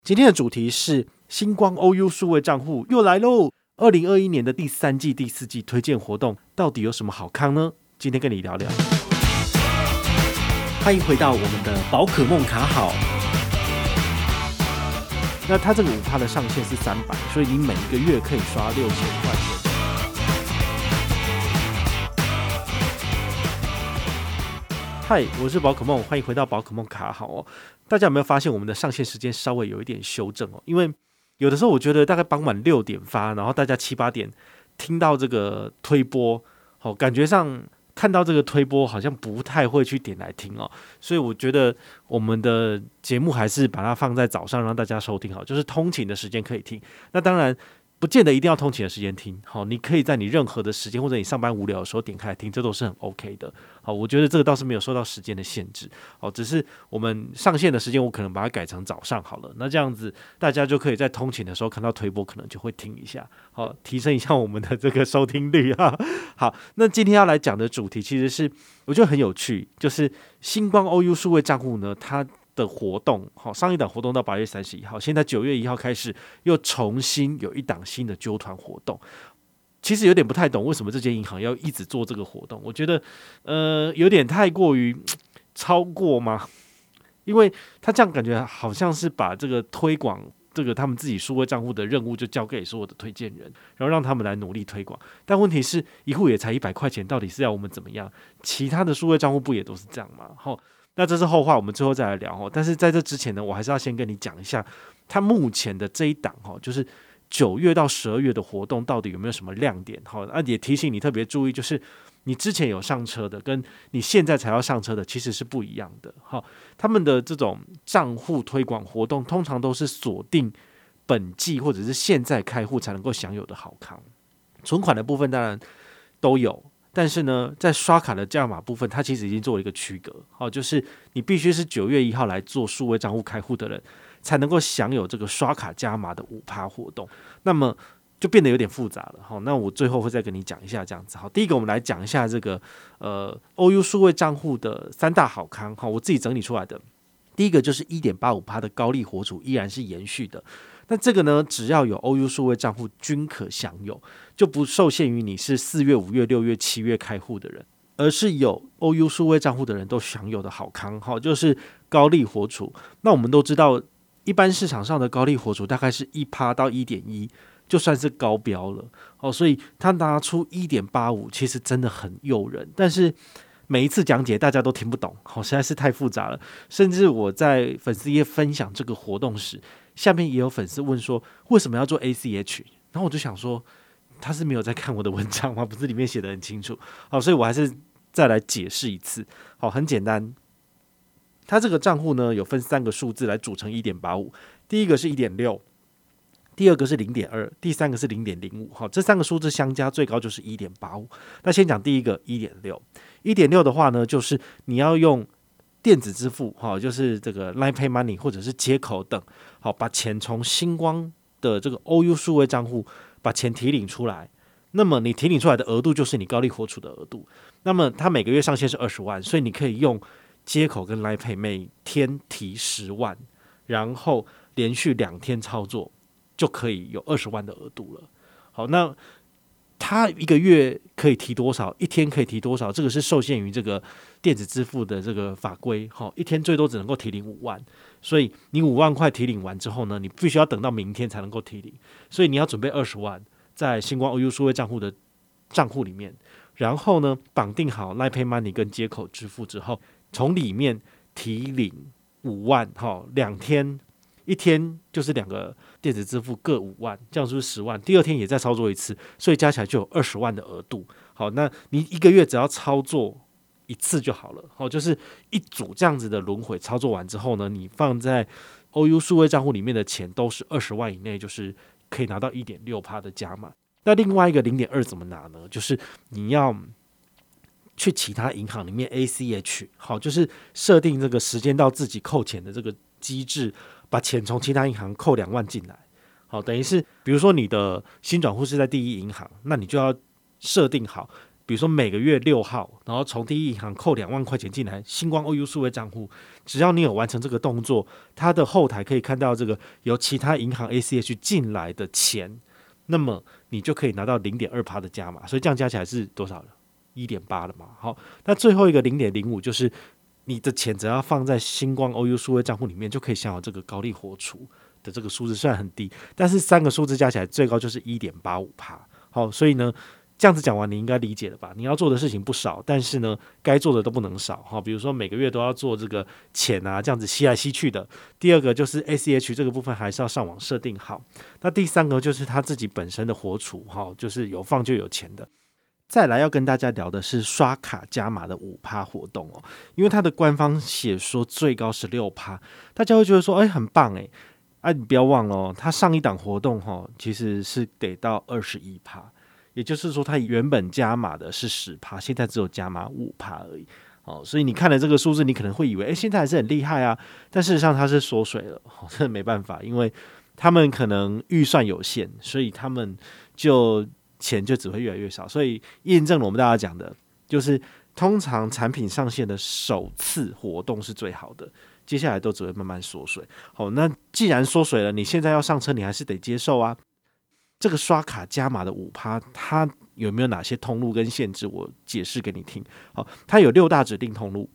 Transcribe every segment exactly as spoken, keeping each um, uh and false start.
今天的主题是星光 O U 数位账户又来喽！二零二一年的第三季、第四季推荐活动到底有什么好康呢？今天跟你聊聊。欢迎回到我们的宝可梦卡好。那它这个 百分之五 的上限是三百，所以你每一个月可以刷六千块钱。嗨，我是宝可梦，欢迎回到宝可梦卡好哦。大家有没有发现我们的上线时间稍微有一点修正哦？因为有的时候我觉得大概傍晚六点发，然后大家七八点听到这个推播，哦，感觉上看到这个推播好像不太会去点来听哦，所以我觉得我们的节目还是把它放在早上让大家收听好，就是通勤的时间可以听。那当然不见得一定要通勤的时间听，好，你可以在你任何的时间或者你上班无聊的时候点开来听，这都是很 OK 的。好，我觉得这个倒是没有受到时间的限制，好，只是我们上线的时间我可能把它改成早上好了，那这样子大家就可以在通勤的时候看到推播，可能就会听一下，好，提升一下我们的这个收听率啊。好，那今天要来讲的主题其实是我觉得很有趣，就是星光 O U 数位账户呢，它的活动，好，上一档活动到八月三十一号，现在九月一号开始又重新有一档新的揪团活动。其实有点不太懂为什么这间银行要一直做这个活动，我觉得呃有点太过于超过吗？因为他这样感觉好像是把这个推广这个他们自己数位账户的任务就交给所有的推荐人，然后让他们来努力推广。但问题是一户也才一百块钱，到底是要我们怎么样？其他的数位账户不也都是这样吗？齁，那这是后话，我们最后再来聊。但是在这之前呢，我还是要先跟你讲一下他目前的这一档，就是九月到十二月的活动到底有没有什么亮点？好，那也提醒你特别注意，就是你之前有上车的，跟你现在才要上车的其实是不一样的。好，他们的这种账户推广活动，通常都是锁定本季或者是现在开户才能够享有的好康。存款的部分当然都有，但是呢，在刷卡的价码部分，它其实已经做了一个区隔。好，就是你必须是九月一号来做数位账户开户的人，才能够享有这个刷卡加码的 百分之五 活动，那么就变得有点复杂了。好，那我最后会再跟你讲一下这样子。好，第一个我们来讲一下这个呃 O U 数位账户的三大好康。好，我自己整理出来的，第一个就是 百分之一点八五 的高利活储依然是延续的。那这个呢，只要有 O U 数位账户均可享有，就不受限于你是四月、五月、六月、七月开户的人，而是有 O U 数位账户的人都享有的好康。好，就是高利活储。那我们都知道，一般市场上的高利活储大概是 百分之一 到 一点一， 就算是高标了。哦，所以他拿出 百分之一点八五 其实真的很诱人，但是每一次讲解大家都听不懂，哦，实在是太复杂了。甚至我在粉丝页分享这个活动时，下面也有粉丝问说为什么要做 A C H， 然后我就想说他是没有在看我的文章吗？不是里面写得很清楚。好，所以我还是再来解释一次。好，很简单，它这个账户呢有分三个数字来组成 一点八五， 第一个是 一点六， 第二个是 零点二， 第三个是 零点零五。 好，这三个数字相加最高就是 一点八五。 那先讲第一个 一点六， 一点六 的话呢，就是你要用电子支付，好，就是这个 Line Pay Money 或者是街口等，好，把钱从星光的这个 O U 数位账户把钱提领出来，那么你提领出来的额度就是你高利活储的额度。那么它每个月上限是二十万，所以你可以用街口跟 Line Pay 每天提十万，然后连续两天操作就可以有二十万的额度了。好，那他一个月可以提多少，一天可以提多少，这个是受限于这个电子支付的这个法规。好，一天最多只能够提领五万，所以你五万块提领完之后呢，你必须要等到明天才能够提领，所以你要准备二十万在星光 O U 数位账户的账户里面，然后呢绑定好 Line Pay Money 跟街口支付之后，从里面提领五万，好，两天。一天就是两个电子支付各五万，这样是不是十万？第二天也再操作一次，所以加起来就有二十万的额度。好，那你一个月只要操作一次就好了。好，就是一组这样子的轮回操作完之后呢，你放在 O U 数位账户里面的钱都是二十万以内，就是可以拿到 百分之一点六 的加码。那另外一个 零点二 怎么拿呢？就是你要去其他银行里面 A C H， 好，就是设定这个时间到自己扣钱的这个机制，把钱从其他银行扣两万进来。好，等于是比如说你的新转户是在第一银行，那你就要设定好， 比如说每个月六号，然后从第一银行扣两万块钱进来星光 O U 数位账户，只要你有完成这个动作，它的后台可以看到这个由其他银行 A C H 进来的钱，那么你就可以拿到 零点二趴 的加码，所以这样加起来是多少了？一点八 了嘛。好，那最后一个 零点零五 就是你的钱只要放在星光 O U 数位账户里面，就可以享有这个高利活储的这个数字，虽然很低，但是三个数字加起来最高就是 一点八五趴。好，所以呢这样子讲完你应该理解了吧？你要做的事情不少，但是呢该做的都不能少。好，比如说每个月都要做这个钱啊，这样子吸来吸去的。第二个就是 A C H 这个部分还是要上网设定好。那第三个就是他自己本身的活储，就是有放就有钱的。再来要跟大家聊的是刷卡加码的 百分之五 活动哦，因为它的官方写说最高 百分之十六， 大家会觉得说哎很棒哎，啊你不要忘了哦，它上一档活动哦其实是得到 百分之二十一， 也就是说它原本加码的是 百分之十， 现在只有加码 百分之五 而已哦，所以你看了这个数字你可能会以为哎现在还是很厉害啊，但事实上它是缩水了哦，这没办法，因为他们可能预算有限，所以他们就钱就只会越来越少，所以验证了我们大家讲的，就是通常产品上线的首次活动是最好的，接下来都只会慢慢缩水。好，那既然缩水了，你现在要上车，你还是得接受啊。这个刷卡加码的 百分之五， 它有没有哪些通路跟限制？我解释给你听。好，它有六大指定通路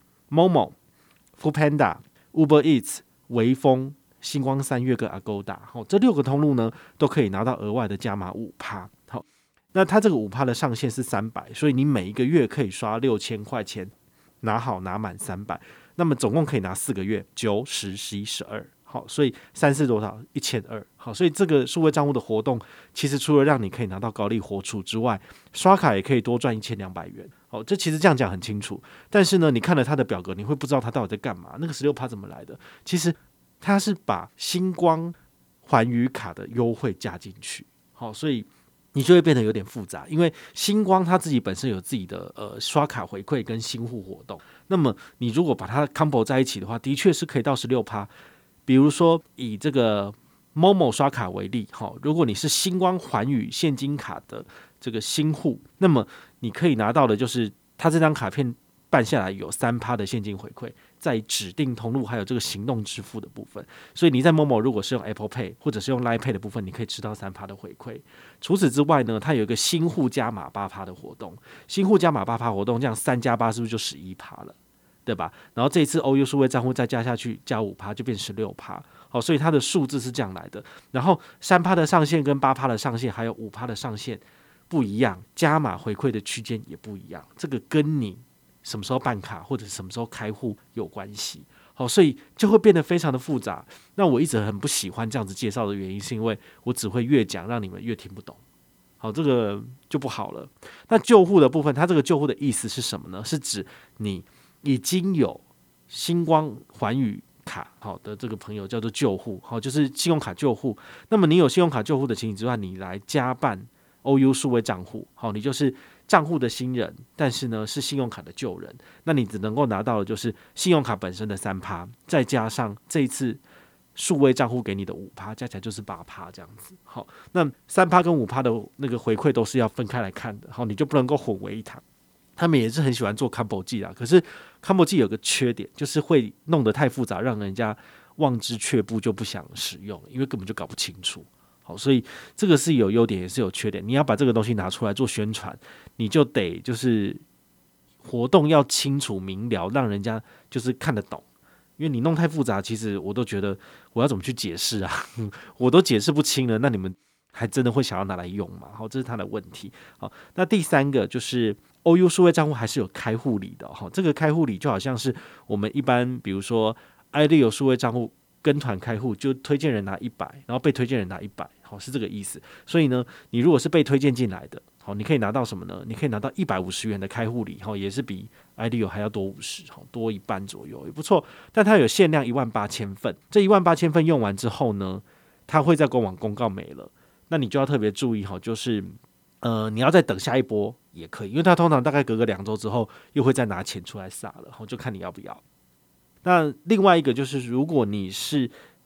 ：Momo、Foodpanda、Uber Eats、微风、星光三月跟 Agoda。好，这六个通路呢，都可以拿到额外的加码 百分之五。好。那它这个 百分之五 的上限是三百，所以你每一个月可以刷六千块钱，拿好拿满三百，那么总共可以拿四个月，九、十、十一、十二。好，所以三是多少？一千二。好，所以这个数位账户的活动，其实除了让你可以拿到高利活储之外，刷卡也可以多赚一千两百元。好，这其实这样讲很清楚，但是呢，你看了它的表格，你会不知道它到底在干嘛。那个 百分之十六 怎么来的？其实它是把星光环宇卡的优惠加进去。好，所以你就会变得有点复杂，因为星光它自己本身有自己的呃刷卡回馈跟新户活动，那么你如果把它 combo 在一起的话，的确是可以到 百分之十六。比如说以这个 Momo 刷卡为例，如果你是星光环宇现金卡的这个新户，那么你可以拿到的就是它这张卡片办下来有 百分之三 的现金回馈，在指定通路还有这个行动支付的部分，所以你在 Momo 如果是用 Apple Pay 或者是用 Line Pay 的部分，你可以吃到 百分之三 的回馈。除此之外呢，它有一个新户加码 百分之八 的活动，新户加码 百分之八 活动，这样三加八是不是就 百分之十一 了，对吧？然后这一次 O U 数位账户再加下去加 百分之五 就变 百分之十六。 好，所以它的数字是这样来的。然后 百分之三 的上限跟 百分之八 的上限还有 百分之五 的上限不一样，加码回馈的区间也不一样，这个跟你什么时候办卡或者什么时候开户有关系。好，所以就会变得非常的复杂。那我一直很不喜欢这样子介绍的原因，是因为我只会越讲让你们越听不懂。好，这个就不好了。那救护的部分，它这个救护的意思是什么呢？是指你已经有星光环宇卡好的这个朋友叫做救护，好，就是信用卡救护。那么你有信用卡救护的情形之外，你来加办 O U 数位账户，好，你就是账户的新人，但是呢是信用卡的旧人，那你只能够拿到的就是信用卡本身的 百分之三， 再加上这一次数位账户给你的 百分之五， 加起来就是 百分之八 这样子。好，那 百分之三 跟 百分之五 的那个回馈都是要分开来看的，好，你就不能够混为一谈。他们也是很喜欢做 combo 技啦，可是 combo 技有个缺点，就是会弄得太复杂，让人家望之却步，就不想使用，因为根本就搞不清楚。好，所以这个是有优点也是有缺点，你要把这个东西拿出来做宣传，你就得就是活动要清楚明了，让人家就是看得懂。因为你弄太复杂，其实我都觉得我要怎么去解释啊我都解释不清了，那你们还真的会想要拿来用吗？好，这是他的问题。好，那第三个就是O U 数位账户还是有开户礼的，这个开户礼就好像是我们一般比如说 I D 有数位账户跟团开户，就推荐人拿一百，然后被推荐人拿一百，是这个意思。所以呢，你如果是被推荐进来的，你可以拿到什么呢？你可以拿到一百五十元的开户礼，也是比 I D 有还要多五十，多一半左右，也不错。但它有限量一万八千份，这一万八千份用完之后呢，它会在官网公告没了，那你就要特别注意，就是呃，你要再等下一波也可以，因为它通常大概隔个两周之后又会再拿钱出来撒了，就看你要不要。那另外一个就是，如果你是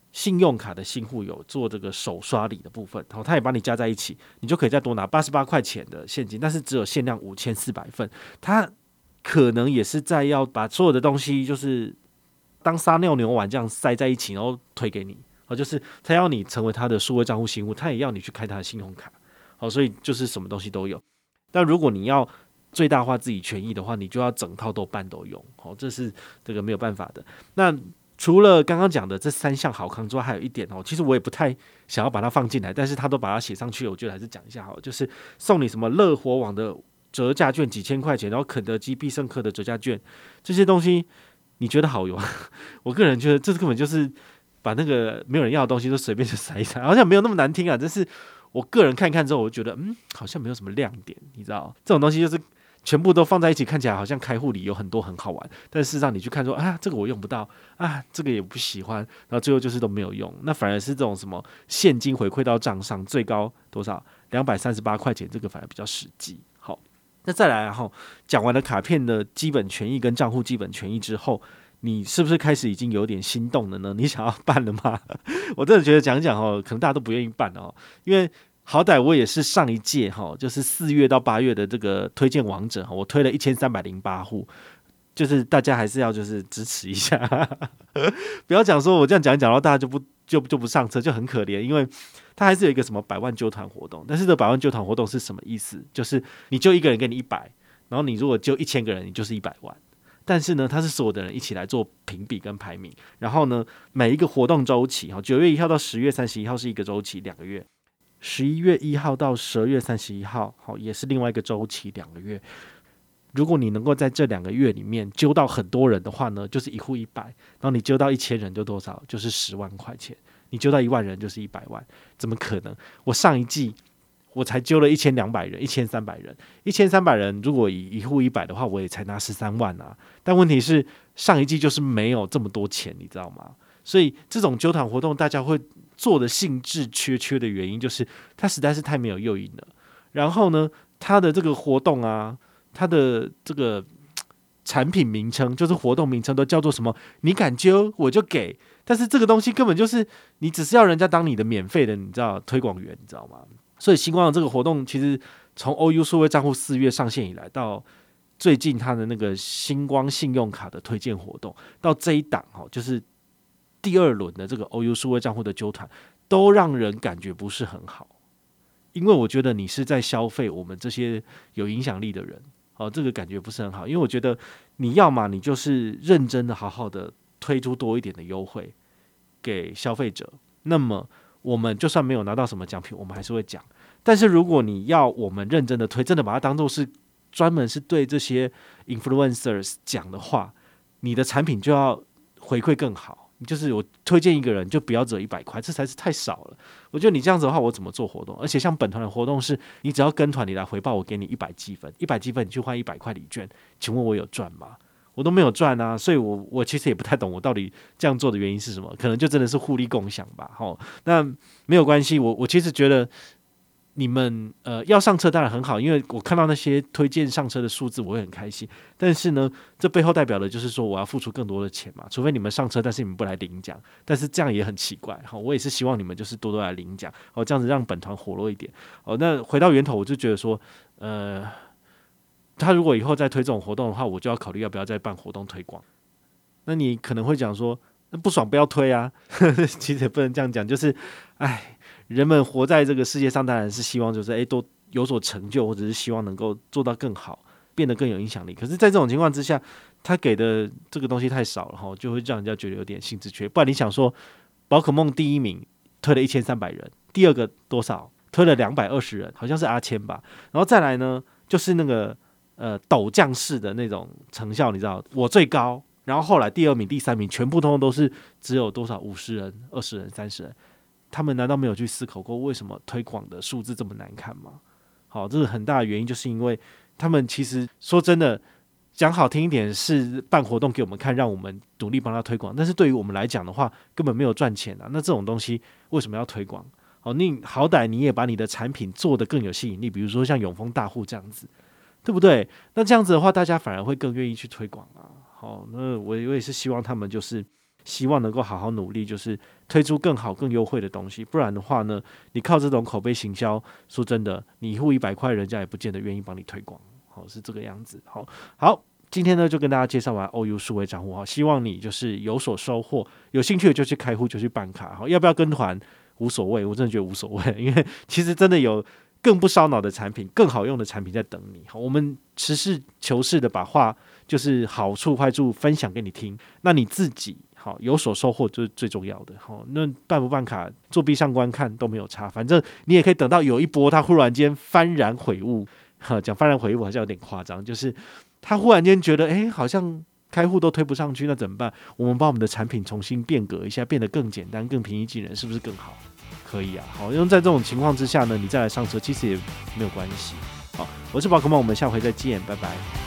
信用卡的新户有做这个手刷礼的部分，然后他也把你加在一起，你就可以再多拿八十八块钱的现金，但是只有限量五千四百份。他可能也是在要把所有的东西就是当撒尿牛丸这样塞在一起，然后推给你。好，就是他要你成为他的数位账户新户，他也要你去开他的信用卡。好，所以就是什么东西都有。但如果你要最大化自己权益的话，你就要整套都办都用。好，这是这个没有办法的。那除了刚刚讲的这三项好康之外，还有一点哦，其实我也不太想要把它放进来，但是他都把它写上去了，我觉得还是讲一下好了，就是送你什么乐活网的折价券几千块钱，然后肯德基必胜客的折价券，这些东西你觉得好用？我个人觉得这根本就是把那个没有人要的东西都随便就塞一塞，好像没有那么难听啊。但是我个人看一看之后，我就觉得嗯，好像没有什么亮点，你知道，这种东西就是全部都放在一起，看起来好像开户里有很多很好玩，但事实上你去看说啊，这个我用不到啊，这个也不喜欢，然后最后就是都没有用。那反而是这种什么现金回馈到账上最高多少两百三十八块钱，这个反而比较实际。好，那再来哈，讲完了卡片的基本权益跟账户基本权益之后，你是不是开始已经有点心动了呢？你想要办了吗？我真的觉得讲讲哦，可能大家都不愿意办哦，因为好歹我也是上一届哈，就是四月到八月的这个推荐王者，我推了一千三百零八户，就是大家还是要就是支持一下，不要讲说我这样讲一讲，然后大家就不就就不上车，就很可怜，因为他还是有一个什么百万揪团活动，但是这百万揪团活动是什么意思？就是你就一个人给你一百，然后你如果揪一千个人，你就是一百万。但是呢，它是所有的人一起来做评比跟排名，然后呢，每一个活动周期，九月一号到十月三十一号是一个周期，两个月；十一月一号到十二月三十一号，好，也是另外一个周期，两个月。如果你能够在这两个月里面揪到很多人的话呢，就是一户一百，然后你揪到一千人就多少？就是十万块钱。你揪到一万人就是一百万，怎么可能？我上一季我才揪了一千两百人，一千三百人，一千三百人，如果以一户一百的话，我也才拿十三万啊。但问题是，上一季就是没有这么多钱，你知道吗？所以这种揪团活动，大家会做的兴致缺缺的原因，就是它实在是太没有诱因了。然后呢，它的这个活动啊，它的这个产品名称，就是活动名称都叫做什么？你敢揪我就给。但是这个东西根本就是你只是要人家当你的免费的，你知道推广员，你知道吗？所以星光的这个活动，其实从 O U 数位账户四月上线以来，到最近它的那个星光信用卡的推荐活动，到这一档就是第二轮的这个 O U 数位账户的揪团，都让人感觉不是很好。因为我觉得你是在消费我们这些有影响力的人，哦，这个感觉不是很好。因为我觉得你要嘛，你就是认真的、好好的推出多一点的优惠给消费者，那么我们就算没有拿到什么奖品，我们还是会讲。但是如果你要我们认真的推，真的把它当作是专门是对这些 influencers 讲的话，你的产品就要回馈更好。就是我推荐一个人就不要只有一百块，这才是太少了。我觉得你这样子的话，我怎么做活动？而且像本团的活动是，你只要跟团，你来回报，我给你一百积分，一百积分你去换一百块礼券，请问我有赚吗？我都没有赚啊，所以我我其实也不太懂我到底这样做的原因是什么，可能就真的是互利共享吧。齁，那没有关系，我我其实觉得你们呃要上车当然很好，因为我看到那些推荐上车的数字，我会很开心。但是呢，这背后代表的就是说我要付出更多的钱嘛，除非你们上车，但是你们不来领奖，但是这样也很奇怪。齁，我也是希望你们就是多多来领奖，哦，这样子让本团活络一点。哦，那回到源头，我就觉得说，呃。他如果以后再推这种活动的话，我就要考虑要不要再办活动推广。那你可能会讲说，那不爽不要推啊。其实也不能这样讲，就是，哎，人们活在这个世界上，当然是希望就是，哎，都有所成就，或者是希望能够做到更好，变得更有影响力。可是，在这种情况之下，他给的这个东西太少了哈，就会让人家觉得有点兴致缺。不然你想说，宝可梦第一名推了一千三百人，第二个多少推了两百二十人，好像是阿谦吧。然后再来呢，就是那个。呃，陡降式的那种成效，你知道，我最高，然后后来第二名、第三名全部通通都是只有多少五十人、二十人、三十人，他们难道没有去思考过为什么推广的数字这么难看吗？好，这是很大的原因，就是因为他们其实说真的，讲好听一点是办活动给我们看，让我们努力帮他推广，但是对于我们来讲的话，根本没有赚钱啊。那这种东西为什么要推广？好，你好歹你也把你的产品做得更有吸引力，比如说像永丰大户这样子。对不对？那这样子的话，大家反而会更愿意去推广啊。好，那我也是希望他们就是希望能够好好努力，就是推出更好、更优惠的东西。不然的话呢，你靠这种口碑行销，说真的，你付一百块，人家也不见得愿意帮你推广。好，是这个样子。好，好，今天呢就跟大家介绍完 O U 数位账户，希望你就是有所收获。有兴趣的就去开户，就去办卡。好，要不要跟团无所谓，我真的觉得无所谓，因为其实真的有更不烧脑的产品，更好用的产品在等你。好，我们实事求是的把话就是好处坏处分享给你听，那你自己好有所收获就是最重要的。好，那办不办卡做闭上观看都没有差，反正你也可以等到有一波他忽然间幡然悔悟。讲幡然悔悟好像有点夸张，就是他忽然间觉得，哎，好像开户都推不上去，那怎么办？我们把我们的产品重新变革一下，变得更简单、更平易近人，是不是更好？可以啊，好，因为在这种情况之下呢，你再来上车其实也没有关系。好，我是宝可梦，我们下回再见，拜拜。